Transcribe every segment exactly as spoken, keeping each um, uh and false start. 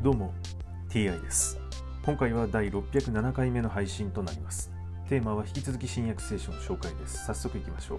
どうも ティーアイ です。今回はだいろっぴゃくななかいめの配信となります。テーマは引き続き新約聖書の紹介です。早速いきましょう。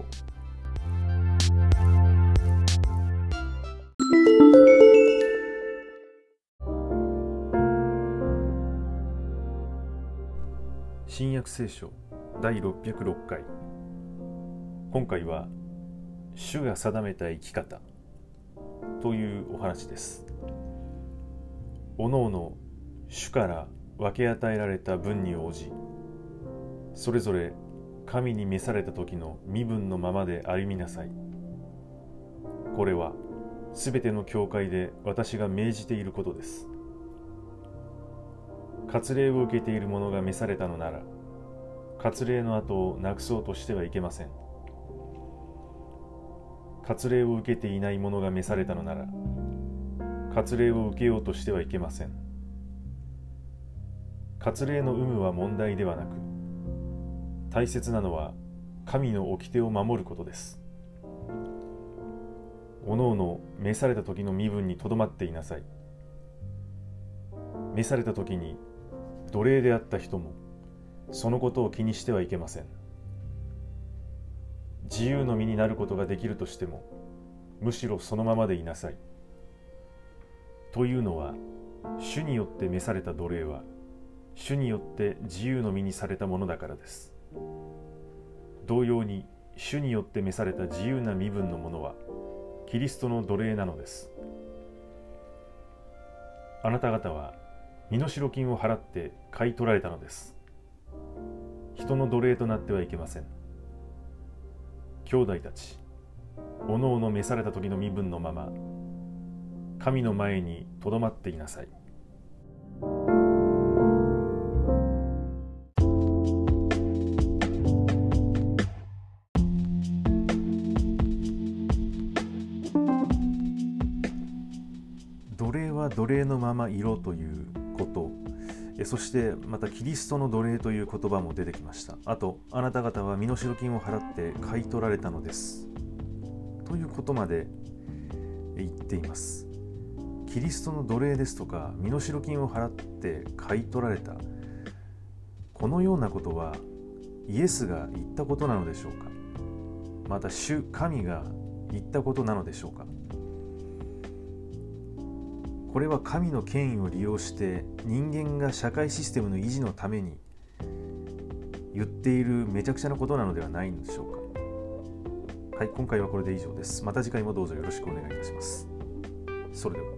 新約聖書だいろっぴゃくろっかい。今回は主が定めた生き方というお話です。おのおの主から分け与えられた分に応じ、それぞれ神に召された時の身分のままで歩みなさい。これはすべての教会で私が命じていることです。割礼を受けている者が召されたのなら、割礼の後をなくそうとしてはいけません。割礼を受けていない者が召されたのなら、割礼を受けようとしてはいけません。割礼の有無は問題ではなく、大切なのは神の掟を守ることです。おのおの召された時の身分にとどまっていなさい。召された時に奴隷であった人もそのことを気にしてはいけません。自由の身になることができるとしても、むしろそのままでいなさい。というのは、主によって召された奴隷は主によって自由の身にされたものだからです。同様に主によって召された自由な身分のものはキリストの奴隷なのです。あなた方は身代金を払って買い取られたのです。人の奴隷となってはいけません。兄弟たち、おのおの召された時の身分のまま神の前にとどまっていなさい。奴隷は奴隷のままいろということ、そしてまたキリストの奴隷という言葉も出てきました。あと、あなた方は身代金を払って買い取られたのですということまで言っています。キリストの奴隷ですとか身代金を払って買い取られた、このようなことはイエスが言ったことなのでしょうか。また主神が言ったことなのでしょうか。これは神の権威を利用して人間が社会システムの維持のために言っているめちゃくちゃなことなのではないのでしょうか。はい、今回はこれで以上です。また次回もどうぞよろしくお願いいたします。それでは。